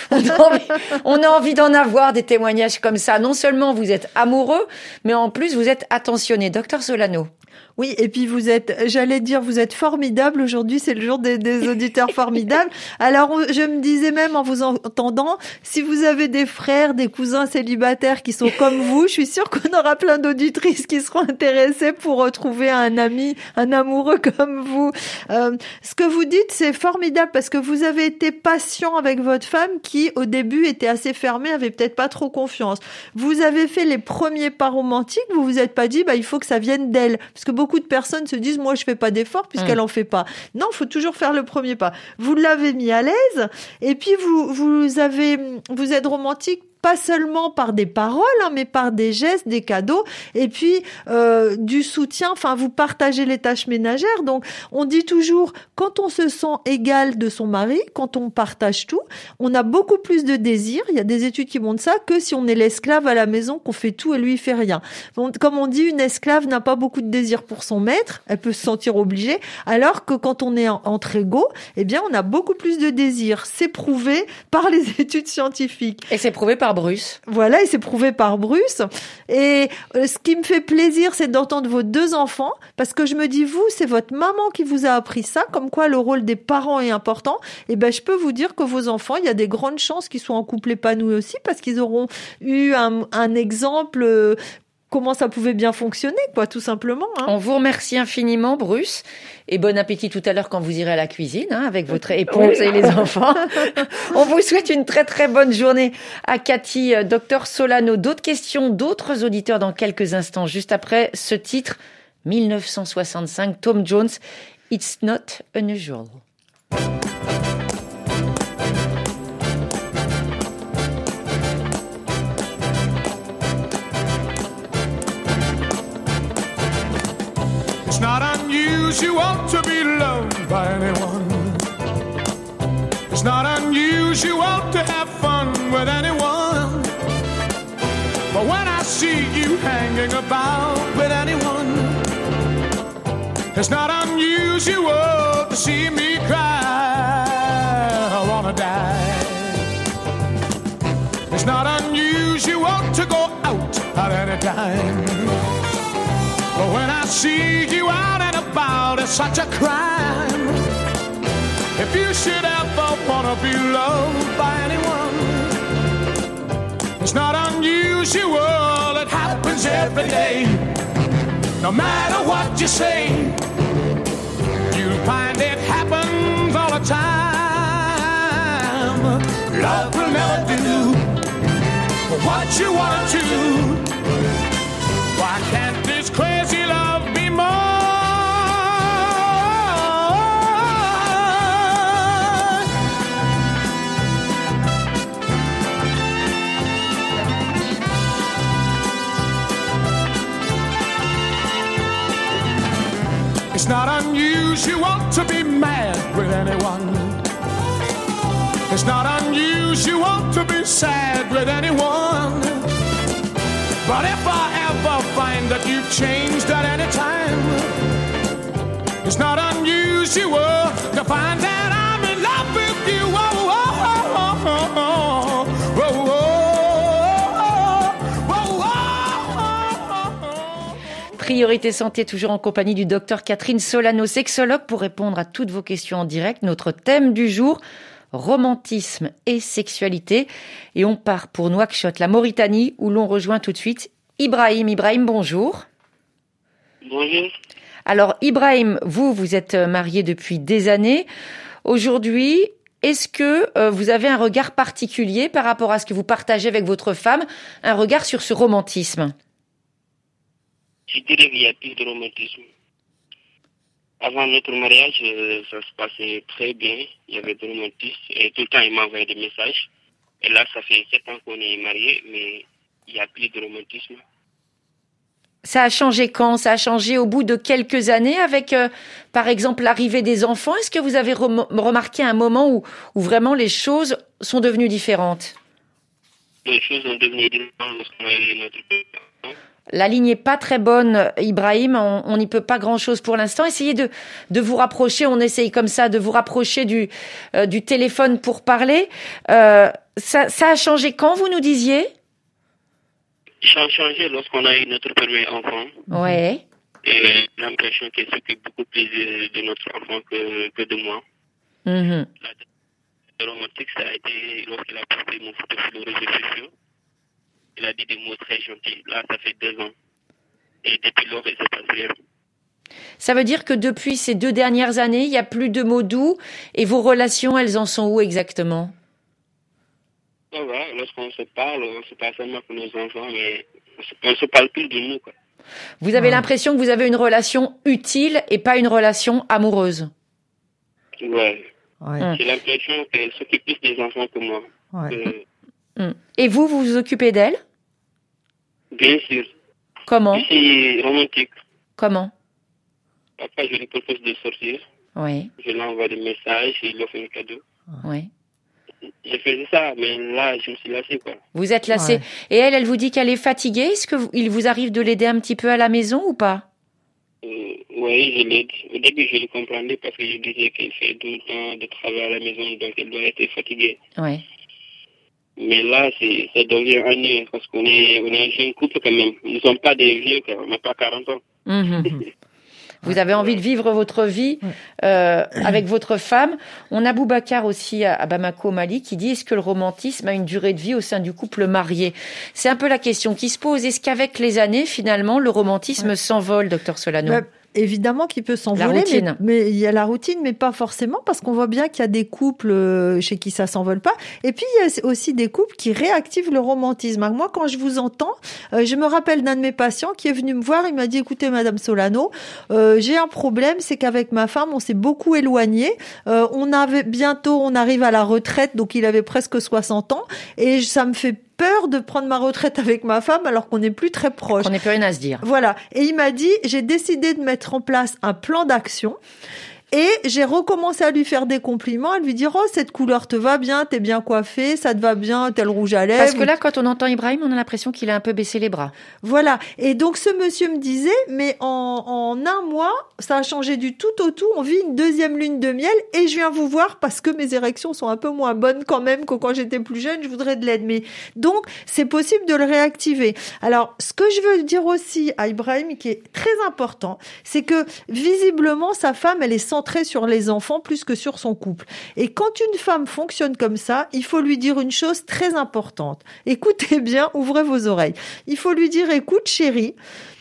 C: a envie d'en avoir des témoignages comme ça. Non seulement vous êtes amoureux, mais en plus vous êtes attentionné. Docteur Solano.
D: Oui, et puis vous êtes formidable. Aujourd'hui, c'est le jour des auditeurs formidables. Alors, je me disais même en vous entendant, si vous avez des frères, des cousins célibataires qui sont comme vous, je suis sûre qu'on aura plein d'auditrices qui seront intéressées pour retrouver un ami, un amoureux comme vous. Ce que vous dites, c'est formidable parce que vous avez été patient avec votre femme qui, au début, était assez fermée, avait peut-être pas trop confiance. Vous avez fait les premiers pas romantiques, vous vous êtes pas dit, il faut que ça vienne d'elle. Parce que beaucoup beaucoup de personnes se disent, moi, je fais pas d'effort puisqu'elle en fait pas. Non, il faut toujours faire le premier pas. Vous l'avez mis à l'aise, et puis vous êtes romantique pas seulement par des paroles, mais par des gestes, des cadeaux, et puis du soutien. Enfin, vous partagez les tâches ménagères. Donc, on dit toujours, quand on se sent égal de son mari, quand on partage tout, on a beaucoup plus de désir. Il y a des études qui montrent ça, que si on est l'esclave à la maison, qu'on fait tout et lui il fait rien. Donc, comme on dit, une esclave n'a pas beaucoup de désir pour son maître. Elle peut se sentir obligée. Alors que quand on est entre égaux, eh bien, on a beaucoup plus de désir. C'est prouvé par les études scientifiques.
C: Et c'est prouvé par Bruce.
D: Voilà, et c'est prouvé par Bruce. Et ce qui me fait plaisir, c'est d'entendre vos 2 enfants, parce que je me dis, vous, c'est votre maman qui vous a appris ça, comme quoi le rôle des parents est important. Et ben, je peux vous dire que vos enfants, il y a des grandes chances qu'ils soient en couple épanoui aussi, parce qu'ils auront eu un exemple comment ça pouvait bien fonctionner, quoi, tout simplement.
C: On vous remercie infiniment, Bruce, et bon appétit tout à l'heure quand vous irez à la cuisine, avec votre épouse et les enfants. On vous souhaite une très très bonne journée à Cathy, Dr Solano. D'autres questions, d'autres auditeurs dans quelques instants, juste après ce titre, 1965, Tom Jones, It's Not Unusual.
I: It's not unusual to be loved by anyone. It's not unusual to have fun with anyone. But when I see you hanging about with anyone, it's not unusual to see me cry. I wanna die. It's not unusual to go out at any time. But when I see you out and about, it's such a crime. If you should ever wanna be loved by anyone, it's not unusual, it happens every day. No matter what you say, you'll find it happens all the time. Love will never do what you wanna do. Why can't this crazy love be more? It's not unusual to be mad with anyone. It's not unusual to be sad with anyone. But if I ever find that you've changed at any time, it's not unusual to find that I'm in love with you. Oh, oh, oh, oh, oh, oh, oh, oh, oh.
C: Priorité santé, toujours en compagnie du docteur Catherine Solano, sexologue, pour répondre à toutes vos questions en direct. Notre thème du jour, romantisme et sexualité. Et on part pour Nouakchott, la Mauritanie, où l'on rejoint tout de suite Ibrahim. Ibrahim, bonjour.
J: Bonjour.
C: Alors Ibrahim, vous êtes marié depuis des années. Aujourd'hui, est-ce que vous avez un regard particulier par rapport à ce que vous partagez avec votre femme, un regard sur ce romantisme?
J: Je dirais qu'il y a plus de romantisme. Avant notre mariage, ça se passait très bien. Il y avait de romantisme. Et tout le temps, il m'envoyait des messages. Et là, ça fait 7 ans qu'on est mariés, mais il n'y a plus de romantisme.
C: Ça a changé quand? Ça a changé au bout de quelques années avec, par exemple, l'arrivée des enfants. Est-ce que vous avez remarqué un moment où vraiment les choses sont devenues différentes?
J: Les choses sont devenues différentes lorsqu'on a eu notre enfant.
C: La ligne n'est pas très bonne, Ibrahim. On n'y peut pas grand-chose pour l'instant. Essayez de vous rapprocher. On essaye comme ça de vous rapprocher du téléphone pour parler. Ça a changé quand, vous nous disiez?
J: Ça a changé lorsqu'on a eu notre premier enfant.
C: Ouais.
J: Et j'ai l'impression qu'elle s'occupe beaucoup plus de notre enfant que de moi.
C: Mm-hmm.
J: Le romantique, ça a été lorsqu'il a posté mon photo sur les réseaux sociaux. Il a dit des mots très gentils. Là, ça fait 2 ans. Et depuis lors, il s'est passé rien.
C: Ça veut dire que depuis ces 2 dernières années, il n'y a plus de mots doux. Et vos relations, elles en sont où exactement?
J: Ça va, lorsqu'on se parle seulement pour nos enfants, mais on se parle plus de nous, quoi.
C: Vous avez l'impression que vous avez une relation utile et pas une relation amoureuse.
J: Ouais. J'ai l'impression qu'elle s'occupe plus des enfants que moi.
C: Et vous vous occupez d'elle?
J: Bien sûr.
C: Comment?
J: C'est romantique.
C: Comment?
J: Papa, je lui propose de sortir.
C: Oui.
J: Je lui envoie des messages, je lui offre un cadeau.
C: Oui.
J: Je faisais ça, mais là, je me suis lassé, quoi.
C: Vous êtes lassé. Ouais. Et elle vous dit qu'elle est fatiguée. Est-ce qu'il vous arrive de l'aider un petit peu à la maison ou pas?
J: Oui, je l'aide. Au début, je le comprenais parce que je disais qu'elle fait tout le temps de travail à la maison, donc elle doit être fatiguée.
C: Oui.
J: Mais là, ça devient ennuyeux parce qu'on est un jeune couple quand même. Nous ne sommes pas des vieux, on n'a pas 40 ans.
C: Vous avez envie de vivre votre vie avec votre femme. On a Boubacar aussi à Bamako, au Mali, qui dit: est-ce que le romantisme a une durée de vie au sein du couple marié? C'est un peu la question qui se pose. Est-ce qu'avec les années, finalement, le romantisme s'envole, docteur Solano?
D: Évidemment qu'il peut s'envoler, mais il y a la routine, mais pas forcément, parce qu'on voit bien qu'il y a des couples chez qui ça s'envole pas. Et puis, il y a aussi des couples qui réactivent le romantisme. Moi, quand je vous entends, je me rappelle d'un de mes patients qui est venu me voir, il m'a dit: écoutez, Madame Solano, j'ai un problème, c'est qu'avec ma femme, on s'est beaucoup éloigné. On arrive à la retraite, donc il avait presque 60 ans, et ça me fait peur de prendre ma retraite avec ma femme alors qu'on n'est plus très proche.
C: On n'est plus rien à se dire.
D: Voilà. Et il m'a dit: j'ai décidé de mettre en place un plan d'action. Et j'ai recommencé à lui faire des compliments, à lui dire: oh, cette couleur te va bien, t'es bien coiffée, ça te va bien, tel rouge à lèvres.
C: Parce que là, quand on entend Ibrahim, on a l'impression qu'il a un peu baissé les bras.
D: Voilà. Et donc, ce monsieur me disait: mais en un mois, ça a changé du tout au tout. On vit une deuxième lune de miel et je viens vous voir parce que mes érections sont un peu moins bonnes quand même que quand j'étais plus jeune. Je voudrais de l'aide. Mais donc, c'est possible de le réactiver. Alors, ce que je veux dire aussi à Ibrahim, qui est très important, c'est que visiblement, sa femme, elle est centrée sur les enfants plus que sur son couple. Et quand une femme fonctionne comme ça, il faut lui dire une chose très importante. Écoutez bien, ouvrez vos oreilles. Il faut lui dire: écoute, chérie,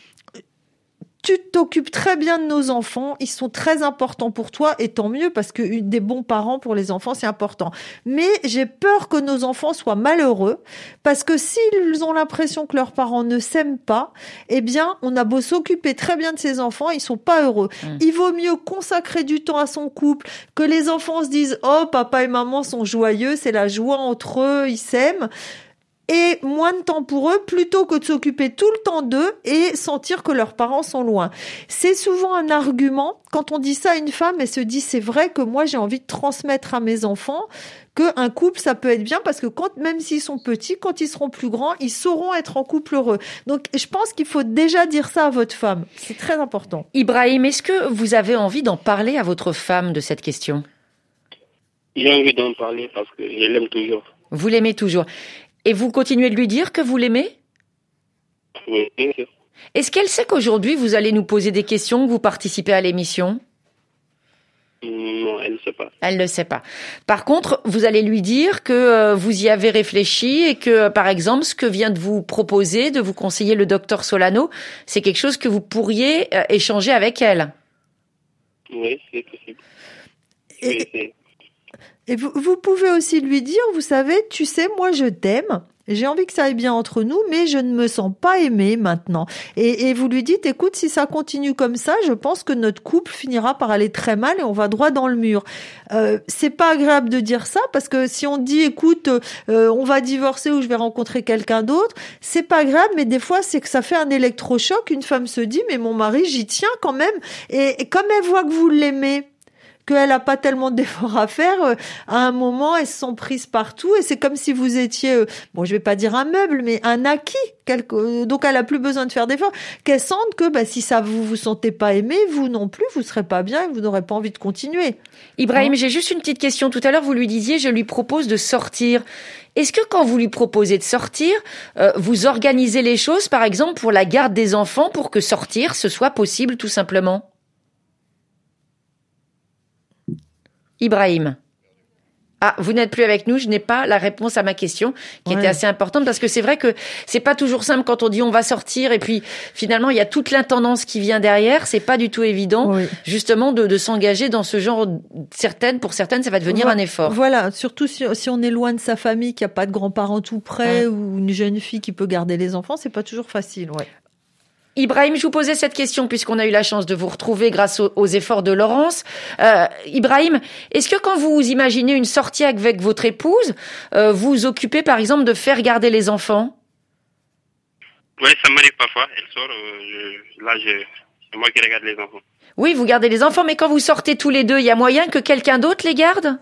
D: tu t'occupes très bien de nos enfants, ils sont très importants pour toi, et tant mieux, parce que des bons parents pour les enfants, c'est important. Mais j'ai peur que nos enfants soient malheureux, parce que s'ils ont l'impression que leurs parents ne s'aiment pas, eh bien, on a beau s'occuper très bien de ces enfants, ils sont pas heureux. Il vaut mieux consacrer du temps à son couple, que les enfants se disent: oh, papa et maman sont joyeux, c'est la joie entre eux, ils s'aiment. Et moins de temps pour eux, plutôt que de s'occuper tout le temps d'eux et sentir que leurs parents sont loin. C'est souvent un argument, quand on dit ça à une femme, elle se dit: c'est vrai que moi j'ai envie de transmettre à mes enfants qu'un couple ça peut être bien, parce que même s'ils sont petits, quand ils seront plus grands, ils sauront être en couple heureux. Donc je pense qu'il faut déjà dire ça à votre femme. C'est très important.
C: Ibrahim, est-ce que vous avez envie d'en parler à votre femme de cette question?
J: J'ai envie d'en parler parce que je l'aime toujours.
C: Vous l'aimez toujours. Et vous continuez de lui dire que vous l'aimez?
J: Oui, bien sûr.
C: Est-ce qu'elle sait qu'aujourd'hui, vous allez nous poser des questions, que vous participez à l'émission?
J: Non, elle ne sait pas.
C: Elle ne le sait pas. Par contre, vous allez lui dire que vous y avez réfléchi et que, par exemple, ce que vient de vous proposer, de vous conseiller le docteur Solano, c'est quelque chose que vous pourriez échanger avec elle.
J: Oui, c'est possible.
D: Et vous pouvez aussi lui dire: vous savez, tu sais, moi je t'aime, j'ai envie que ça aille bien entre nous, mais je ne me sens pas aimée maintenant. Et vous lui dites: écoute, si ça continue comme ça, je pense que notre couple finira par aller très mal et on va droit dans le mur. C'est pas agréable de dire ça, parce que si on dit: écoute, on va divorcer ou je vais rencontrer quelqu'un d'autre, c'est pas agréable, mais des fois c'est que ça fait un électrochoc. Une femme se dit: mais mon mari, j'y tiens quand même. Et comme elle voit que vous l'aimez, qu'elle n'a pas tellement d'efforts à faire, à un moment, elles se sont prises partout, et c'est comme si vous étiez, bon, je vais pas dire un meuble, mais un acquis, donc elle a plus besoin de faire d'efforts, qu'elle sente que, si ça vous sentez pas aimé, vous non plus, vous serez pas bien et vous n'aurez pas envie de continuer.
C: Ibrahim, j'ai juste une petite question. Tout à l'heure, vous lui disiez: je lui propose de sortir. Est-ce que quand vous lui proposez de sortir, vous organisez les choses, par exemple, pour la garde des enfants, pour que sortir, ce soit possible, tout simplement? Ibrahim. Ah, vous n'êtes plus avec nous, je n'ai pas la réponse à ma question, qui était assez importante, parce que c'est vrai que c'est pas toujours simple quand on dit on va sortir, et puis finalement il y a toute l'intendance qui vient derrière, c'est pas du tout évident, justement, de s'engager dans ce genre. Pour certaines, ça va devenir un effort.
D: Voilà, surtout si on est loin de sa famille, qu'il n'y a pas de grands-parents tout près, ou une jeune fille qui peut garder les enfants, c'est pas toujours facile,
C: Ibrahim, je vous posais cette question puisqu'on a eu la chance de vous retrouver grâce aux efforts de Laurence. Ibrahim, est-ce que quand vous imaginez une sortie avec votre épouse, vous vous occupez par exemple de faire garder les enfants?
J: Oui, ça m'arrive parfois. Elle sort, c'est moi qui regarde les enfants.
C: Oui, vous gardez les enfants, mais quand vous sortez tous les deux, il y a moyen que quelqu'un d'autre les garde?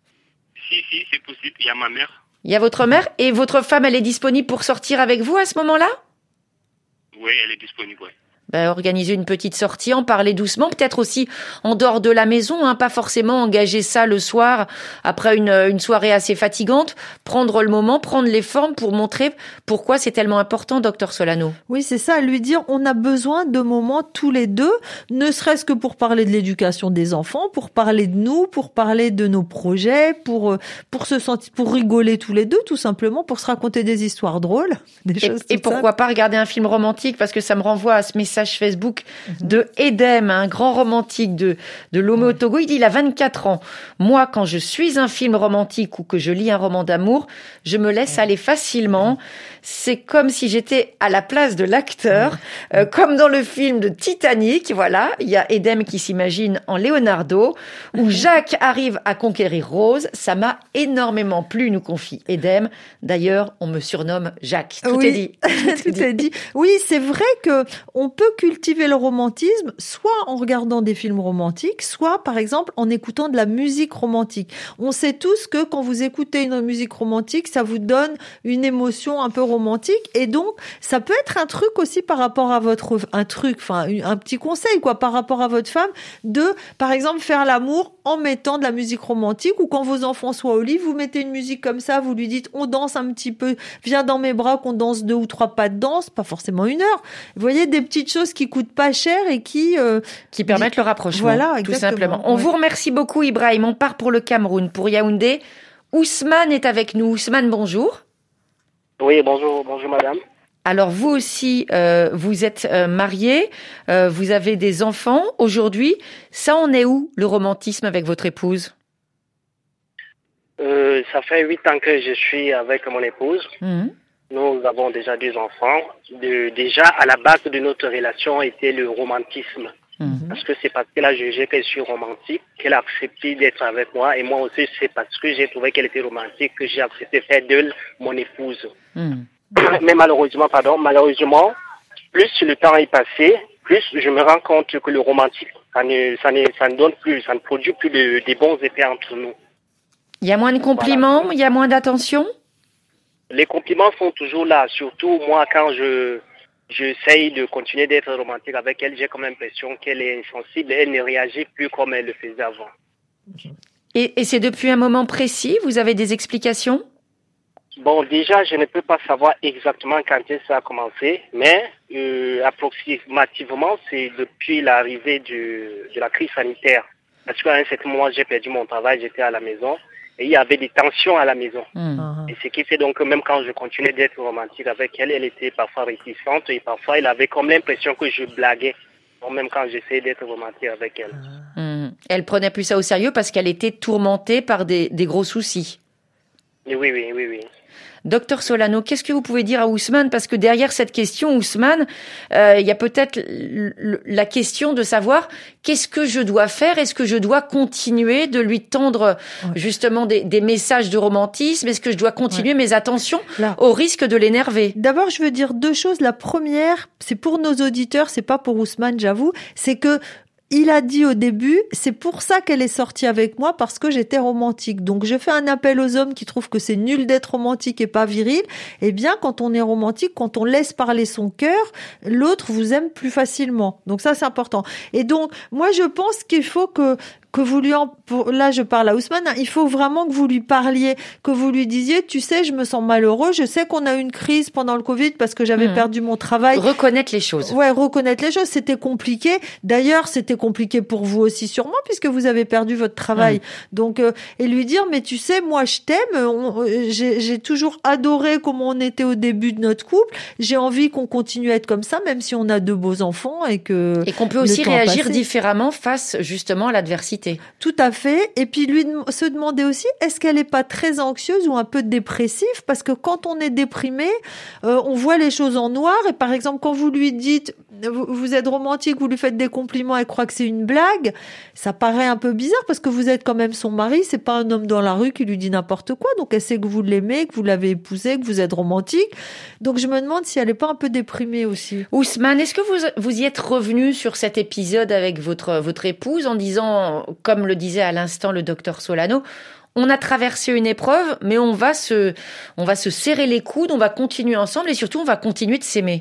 J: Si, c'est possible. Il y a ma mère.
C: Il y a votre mère et votre femme, elle est disponible pour sortir avec vous à ce moment-là?
J: Oui, elle est disponible, oui.
C: Organiser une petite sortie, en parler doucement, peut-être aussi en dehors de la maison, pas forcément engager ça le soir après une soirée assez fatigante, prendre le moment, prendre les formes pour montrer pourquoi c'est tellement important, docteur Solano.
D: Oui, c'est ça, lui dire on a besoin de moments tous les deux, ne serait-ce que pour parler de l'éducation des enfants, pour parler de nous, pour parler de nos projets, pour se sentir, pour rigoler tous les deux, tout simplement, pour se raconter des histoires drôles, des choses.
C: Et pourquoi pas regarder un film romantique, parce que ça me renvoie à ce message Facebook de Edem, un grand romantique de Lomé au Togo. Il dit, il a 24 ans. Moi, quand je suis un film romantique ou que je lis un roman d'amour, je me laisse aller facilement. C'est comme si j'étais à la place de l'acteur, comme dans le film de Titanic. Voilà, il y a Edem qui s'imagine en Leonardo, où Jacques arrive à conquérir Rose. Ça m'a énormément plu, nous confie Edem. D'ailleurs, on me surnomme Jacques. Tout est dit.
D: Tout est dit. Oui, c'est vrai que on peut cultiver le romantisme, soit en regardant des films romantiques, soit, par exemple, en écoutant de la musique romantique. On sait tous que quand vous écoutez une musique romantique, ça vous donne une émotion un peu romantique, et donc, ça peut être un truc aussi par rapport à un petit conseil, par rapport à votre femme, de, par exemple, faire l'amour en mettant de la musique romantique, ou quand vos enfants soient au lit, vous mettez une musique comme ça, vous lui dites, on danse un petit peu, viens dans mes bras, qu'on danse 2 ou 3 pas de danse, pas forcément 1 heure. Vous voyez, des petites choses qui coûtent pas cher et qui
C: permettent le rapprochement.
D: Voilà,
C: tout simplement. On vous remercie beaucoup, Ibrahim. On part pour le Cameroun, pour Yaoundé. Ousmane est avec nous. Ousmane, bonjour.
K: Oui, bonjour madame.
C: Alors vous aussi, vous êtes marié, vous avez des enfants. Aujourd'hui, ça en est où, le romantisme avec votre épouse?
K: Ça fait 8 ans que je suis avec mon épouse. Nous avons déjà 2 enfants. Déjà, à la base de notre relation était le romantisme. Parce que c'est parce qu'elle a jugé que je suis romantique, qu'elle a accepté d'être avec moi. Et moi aussi, c'est parce que j'ai trouvé qu'elle était romantique que j'ai accepté de faire d'elle mon épouse. Mais malheureusement, plus le temps est passé, plus je me rends compte que le romantique, ça ne donne plus, ça ne produit plus de bons effets entre nous.
C: Il y a moins de compliments, il y a moins d'attention?
K: Les compliments sont toujours là, surtout moi quand j'essaye de continuer d'être romantique avec elle, j'ai comme l'impression qu'elle est insensible, elle ne réagit plus comme elle le faisait avant.
C: Et c'est depuis un moment précis, vous avez des explications?
K: Bon, déjà, je ne peux pas savoir exactement quand ça a commencé, mais approximativement, c'est depuis l'arrivée de la crise sanitaire. Parce qu'à un certain moment, j'ai perdu mon travail, j'étais à la maison. Et il y avait des tensions à la maison. Et ce qui fait donc que même quand je continuais d'être romantique avec elle, elle était parfois réticente et parfois elle avait comme l'impression que je blaguais. Donc même quand j'essayais d'être romantique avec elle.
C: Elle prenait plus ça au sérieux parce qu'elle était tourmentée par des gros soucis.
K: Oui.
C: Docteur Solano, qu'est-ce que vous pouvez dire à Ousmane? Parce que derrière cette question, Ousmane, il y a peut-être la question de savoir qu'est-ce que je dois faire? Est-ce que je dois continuer de lui tendre justement des messages de romantisme? Est-ce que je dois continuer mes attentions au risque de l'énerver?
D: D'abord, je veux dire 2 choses. La première, c'est pour nos auditeurs, c'est pas pour Ousmane, j'avoue, c'est que il a dit au début, c'est pour ça qu'elle est sortie avec moi, parce que j'étais romantique. Donc, je fais un appel aux hommes qui trouvent que c'est nul d'être romantique et pas viril. Eh bien, quand on est romantique, quand on laisse parler son cœur, l'autre vous aime plus facilement. Donc ça, c'est important. Et donc, moi, je pense qu'il faut que vous lui là je parle à Ousmane, il faut vraiment que vous lui parliez, que vous lui disiez, tu sais, je me sens malheureux, je sais qu'on a eu une crise pendant le Covid parce que j'avais perdu mon travail.
C: Reconnaître les choses.
D: Ouais, reconnaître les choses, c'était compliqué. D'ailleurs, c'était compliqué pour vous aussi sûrement puisque vous avez perdu votre travail. Donc et lui dire, mais tu sais, moi je t'aime, j'ai toujours adoré comment on était au début de notre couple, j'ai envie qu'on continue à être comme ça même si on a 2 beaux enfants et
C: qu'on peut aussi réagir différemment face justement à l'adversité.
D: Tout à fait. Et puis lui se demander aussi, est-ce qu'elle n'est pas très anxieuse ou un peu dépressive? Parce que quand on est déprimé, on voit les choses en noir. Et par exemple, quand vous lui dites, vous êtes romantique, vous lui faites des compliments, elle croit que c'est une blague. Ça paraît un peu bizarre parce que vous êtes quand même son mari, c'est pas un homme dans la rue qui lui dit n'importe quoi. Donc elle sait que vous l'aimez, que vous l'avez épousé, que vous êtes romantique. Donc je me demande si elle est pas un peu déprimée aussi.
C: Ousmane, est-ce que vous y êtes revenu sur cet épisode avec votre épouse en disant, comme le disait à l'instant le docteur Solano, on a traversé une épreuve, mais on va se serrer les coudes, on va continuer ensemble et surtout on va continuer de s'aimer.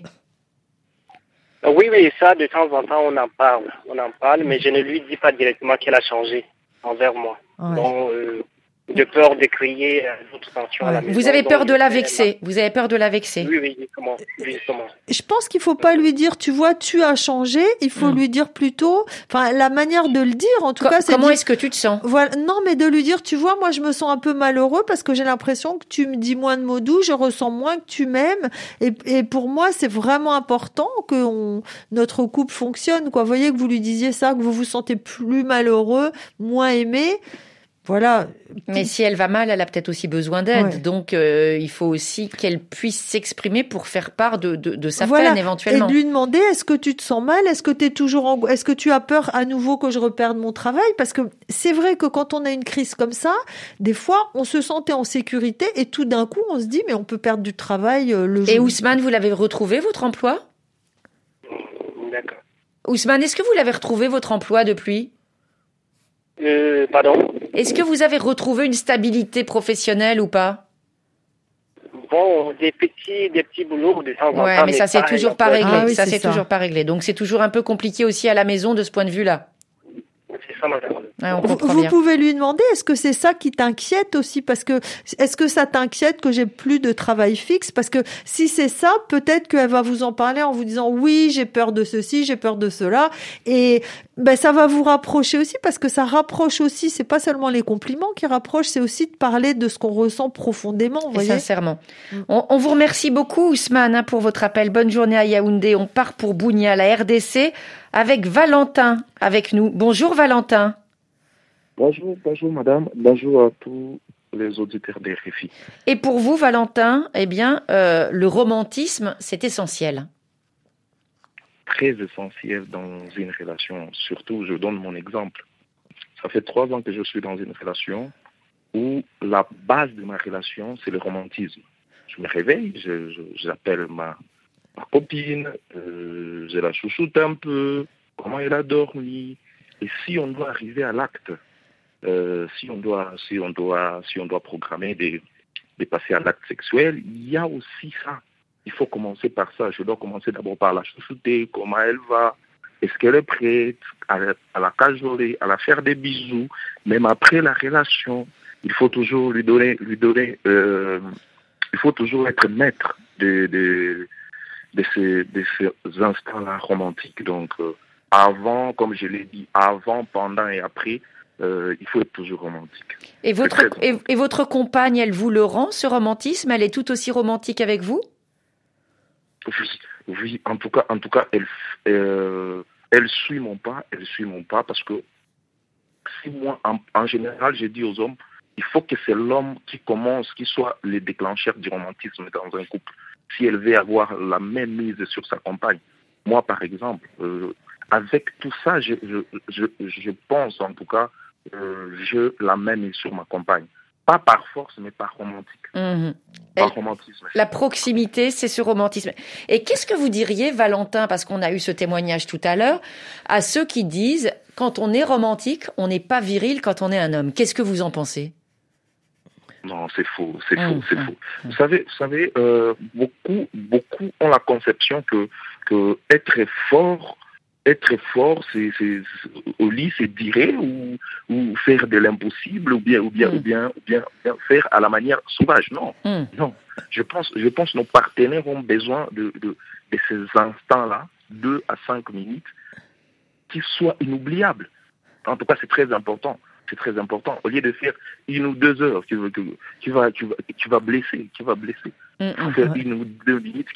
K: Oui, ça, de temps en temps, on en parle, mais je ne lui dis pas directement qu'elle a changé envers moi. Ouais. Donc, de peur de créer d'autres tensions à la maison.
C: Vous avez peur de la vexer. Vous avez peur de la vexer.
K: Oui, justement.
D: Je pense qu'il faut pas lui dire, tu vois, tu as changé. Il faut lui dire plutôt, enfin, la manière de le dire, en tout cas, c'est
C: comment est-ce que tu te sens?
D: Voilà. Non, mais de lui dire, tu vois, moi, je me sens un peu malheureux parce que j'ai l'impression que tu me dis moins de mots doux, je ressens moins que tu m'aimes. Et pour moi, c'est vraiment important que notre couple fonctionne, quoi. Vous voyez, que vous lui disiez ça, que vous vous sentez plus malheureux, moins aimé. Voilà.
C: Mais si elle va mal, elle a peut-être aussi besoin d'aide. Ouais. Donc, il faut aussi qu'elle puisse s'exprimer pour faire part de sa peine éventuellement.
D: Et de lui demander, est-ce que tu te sens mal? Est-ce que tu as peur à nouveau que je reperde mon travail? Parce que c'est vrai que quand on a une crise comme ça, des fois, on se sentait en sécurité et tout d'un coup, on se dit, mais on peut perdre du travail le jour.
C: Et Ousmane, vous l'avez retrouvé, votre emploi?
K: D'accord.
C: Ousmane, est-ce que vous l'avez retrouvé, votre emploi, depuis?
K: Pardon?
C: Est-ce que vous avez retrouvé une stabilité professionnelle ou pas?
K: Bon, des petits boulots de temps en temps.
C: Ouais, mais ça c'est toujours pas réglé. Ah, oui, ça c'est toujours pas réglé. Donc c'est toujours un peu compliqué aussi à la maison de ce point de vue-là.
K: C'est ça, madame.
C: Ouais,
D: vous pouvez lui demander, est-ce que c'est ça qui t'inquiète aussi? Parce que, est-ce que ça t'inquiète que j'ai plus de travail fixe? Parce que si c'est ça, peut-être qu'elle va vous en parler en vous disant, oui, j'ai peur de ceci, j'ai peur de cela. Et, ça va vous rapprocher aussi parce que ça rapproche aussi, c'est pas seulement les compliments qui rapprochent, c'est aussi de parler de ce qu'on ressent profondément, vous voyez.
C: Sincèrement. On vous remercie beaucoup, Ousmane, pour votre appel. Bonne journée à Yaoundé. On part pour Bunia, la RDC, avec Valentin avec nous. Bonjour Valentin.
L: Bonjour madame. Bonjour à tous les auditeurs des RFI.
C: Et pour vous, Valentin, le romantisme, c'est essentiel.
L: Très essentiel dans une relation. Surtout, je donne mon exemple. Ça fait 3 ans que je suis dans une relation où la base de ma relation, c'est le romantisme. Je me réveille, j'appelle ma copine, je la chouchoute un peu, comment elle a dormi. Et si on doit arriver à l'acte, si on doit programmer de passer à l'acte sexuel, il y a aussi ça. Il faut commencer par ça. Je dois commencer d'abord par la chouchouter, comment elle va, est-ce qu'elle est prête à la cajoler, à la faire des bisous. Même après la relation, il faut toujours lui donner. Il faut toujours être maître de ces instants-là romantiques. Donc, avant, comme je l'ai dit, avant, pendant et après, il faut être toujours romantique.
C: Et votre compagne, elle vous le rend, ce romantisme? Elle est tout aussi romantique avec vous?
L: Oui, en tout cas, elle suit mon pas parce que si moi, en général, j'ai dit aux hommes, il faut que c'est l'homme qui soit le déclencheur du romantisme dans un couple. Si elle veut avoir la même mise sur sa compagne. Moi, par exemple, avec tout ça, je pense en tout cas, je la mets sur ma compagne. Pas par force, mais par romantique. Par romantisme.
C: La proximité, c'est ce romantisme. Et qu'est-ce que vous diriez, Valentin, parce qu'on a eu ce témoignage tout à l'heure, à ceux qui disent, quand on est romantique, on n'est pas viril quand on est un homme. Qu'est-ce que vous en pensez?
L: Non, c'est faux. Vous savez, beaucoup ont la conception que être fort, c'est au lit, c'est tirer ou faire de l'impossible ou bien faire à la manière sauvage. Non. Je pense que nos partenaires ont besoin de ces instants-là, 2 à 5 minutes, qui soient inoubliables. En tout cas, c'est très important. C'est très important. Au lieu de faire 1 ou 2 heures, tu vas blesser. C'est une ou deux minutes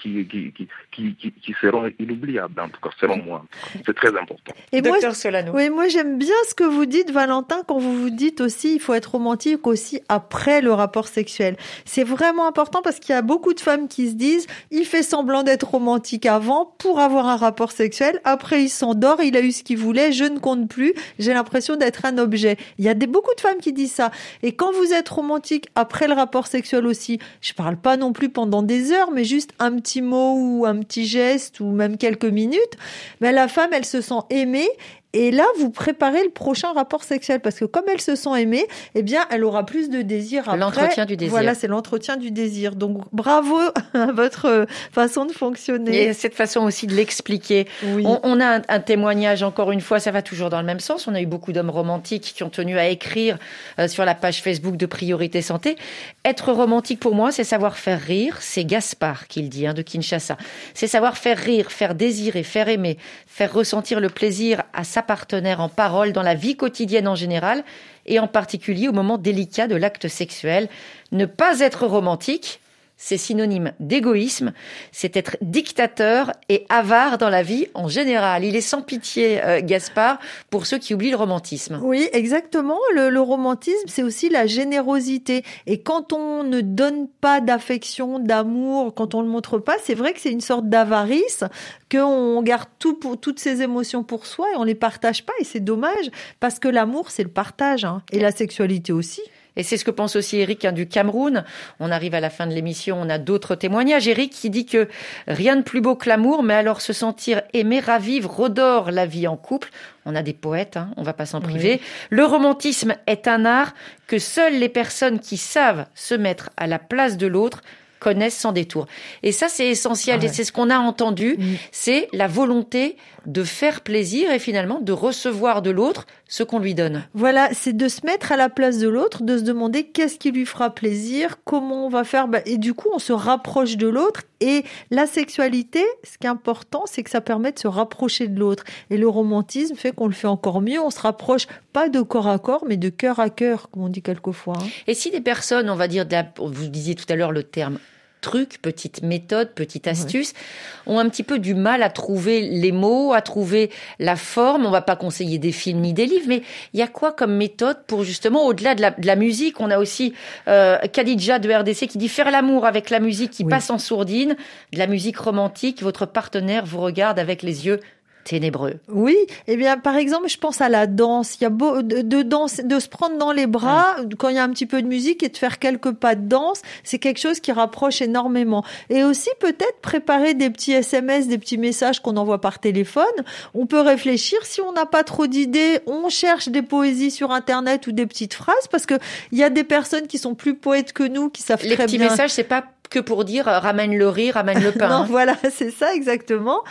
L: qui seront inoubliables, en tout cas, selon moi. C'est très important.
D: Et
C: Docteur Solano.
D: Oui, moi j'aime bien ce que vous dites, Valentin, quand vous dites aussi il faut être romantique aussi après le rapport sexuel. C'est vraiment important parce qu'il y a beaucoup de femmes qui se disent il fait semblant d'être romantique avant pour avoir un rapport sexuel. Après, il s'endort, il a eu ce qu'il voulait, je ne compte plus, j'ai l'impression d'être un objet. Il y a beaucoup de femmes qui disent ça. Et quand vous êtes romantique après le rapport sexuel aussi, je parle pas non plus pendant des heures, mais juste un petit mot ou un petit geste ou même quelques minutes, mais la femme, elle se sent aimée. Et là, vous préparez le prochain rapport sexuel parce que comme elle se sent aimée, eh bien, elle aura plus de désir après.
C: L'entretien du désir.
D: Voilà, c'est l'entretien du désir. Donc, bravo à votre façon de fonctionner.
C: Et cette façon aussi de l'expliquer.
D: Oui.
C: On a un témoignage, encore une fois, ça va toujours dans le même sens. On a eu beaucoup d'hommes romantiques qui ont tenu à écrire sur la page Facebook de Priorité Santé. Être romantique, pour moi, c'est savoir faire rire. C'est Gaspard qui le dit, de Kinshasa. C'est savoir faire rire, faire désirer, faire aimer, faire ressentir le plaisir à sa partenaire en parole dans la vie quotidienne en général et en particulier au moment délicat de l'acte sexuel. Ne pas être romantique, c'est synonyme d'égoïsme, c'est être dictateur et avare dans la vie en général. Il est sans pitié, Gaspard, pour ceux qui oublient le romantisme.
D: Oui, exactement. Le romantisme, c'est aussi la générosité. Et quand on ne donne pas d'affection, d'amour, quand on le montre pas, c'est vrai que c'est une sorte d'avarice, qu'on garde toutes ces émotions pour soi et on les partage pas. Et c'est dommage, parce que l'amour, c'est le partage, et la sexualité aussi.
C: Et c'est ce que pense aussi Eric du Cameroun. On arrive à la fin de l'émission, on a d'autres témoignages. Eric qui dit que rien de plus beau que l'amour, mais alors se sentir aimé ravive, redore la vie en couple. On a des poètes, on va pas s'en priver. Oui. Le romantisme est un art que seules les personnes qui savent se mettre à la place de l'autre connaissent sans détour. Et ça, c'est essentiel. Et c'est ce qu'on a entendu. C'est la volonté de faire plaisir et finalement de recevoir de l'autre ce qu'on lui donne.
D: Voilà, c'est de se mettre à la place de l'autre, de se demander qu'est-ce qui lui fera plaisir, comment on va faire. Et du coup, on se rapproche de l'autre. Et la sexualité, ce qui est important, c'est que ça permet de se rapprocher de l'autre. Et le romantisme fait qu'on le fait encore mieux. On se rapproche pas de corps à corps, mais de cœur à cœur, comme on dit quelquefois.
C: Et si des personnes, on va dire, vous disiez tout à l'heure le terme truc, petite méthode, petite astuce, ont un petit peu du mal à trouver les mots, à trouver la forme. On va pas conseiller des films ni des livres, mais il y a quoi comme méthode pour justement, au-delà de la musique, on a aussi Khadija de RDC qui dit faire l'amour avec la musique qui passe en sourdine, de la musique romantique, votre partenaire vous regarde avec les yeux ténébreux.
D: Oui, eh bien, par exemple, je pense à la danse. Il y a de danse, de se prendre dans les bras quand il y a un petit peu de musique et de faire quelques pas de danse. C'est quelque chose qui rapproche énormément. Et aussi, peut-être préparer des petits SMS, des petits messages qu'on envoie par téléphone. On peut réfléchir. Si on n'a pas trop d'idées, on cherche des poésies sur Internet ou des petites phrases parce que il y a des personnes qui sont plus poètes que nous, qui savent très bien.
C: Les petits messages, c'est pas que pour dire ramène le riz, ramène le pain.
D: Non, voilà, c'est ça exactement.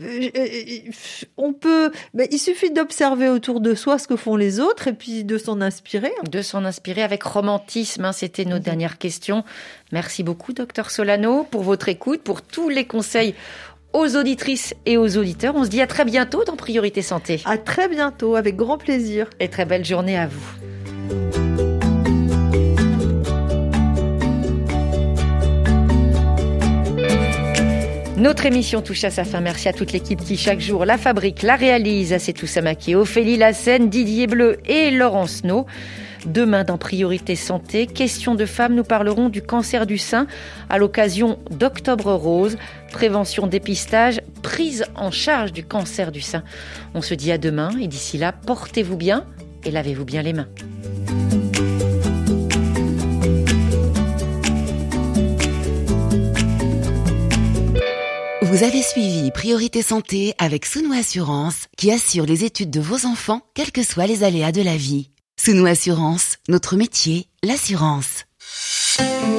D: Il suffit d'observer autour de soi ce que font les autres et puis de s'en inspirer.
C: De s'en inspirer avec romantisme, c'était nos dernières questions. Merci beaucoup, Docteur Solano, pour votre écoute, pour tous les conseils aux auditrices et aux auditeurs. On se dit à très bientôt dans Priorité Santé.
D: À très bientôt, avec grand plaisir.
C: Et très belle journée à vous. Notre émission touche à sa fin. Merci à toute l'équipe qui, chaque jour, la fabrique, la réalise. À Setou Samaki, Ophélie Lassène, Didier Bleu et Laurence No. Demain, dans Priorité Santé, question de femmes, nous parlerons du cancer du sein à l'occasion d'Octobre Rose. Prévention, dépistage, prise en charge du cancer du sein. On se dit à demain et d'ici là, portez-vous bien et lavez-vous bien les mains.
A: Vous avez suivi Priorité Santé avec Sounou Assurance qui assure les études de vos enfants, quels que soient les aléas de la vie. Sounou Assurance, notre métier, l'assurance.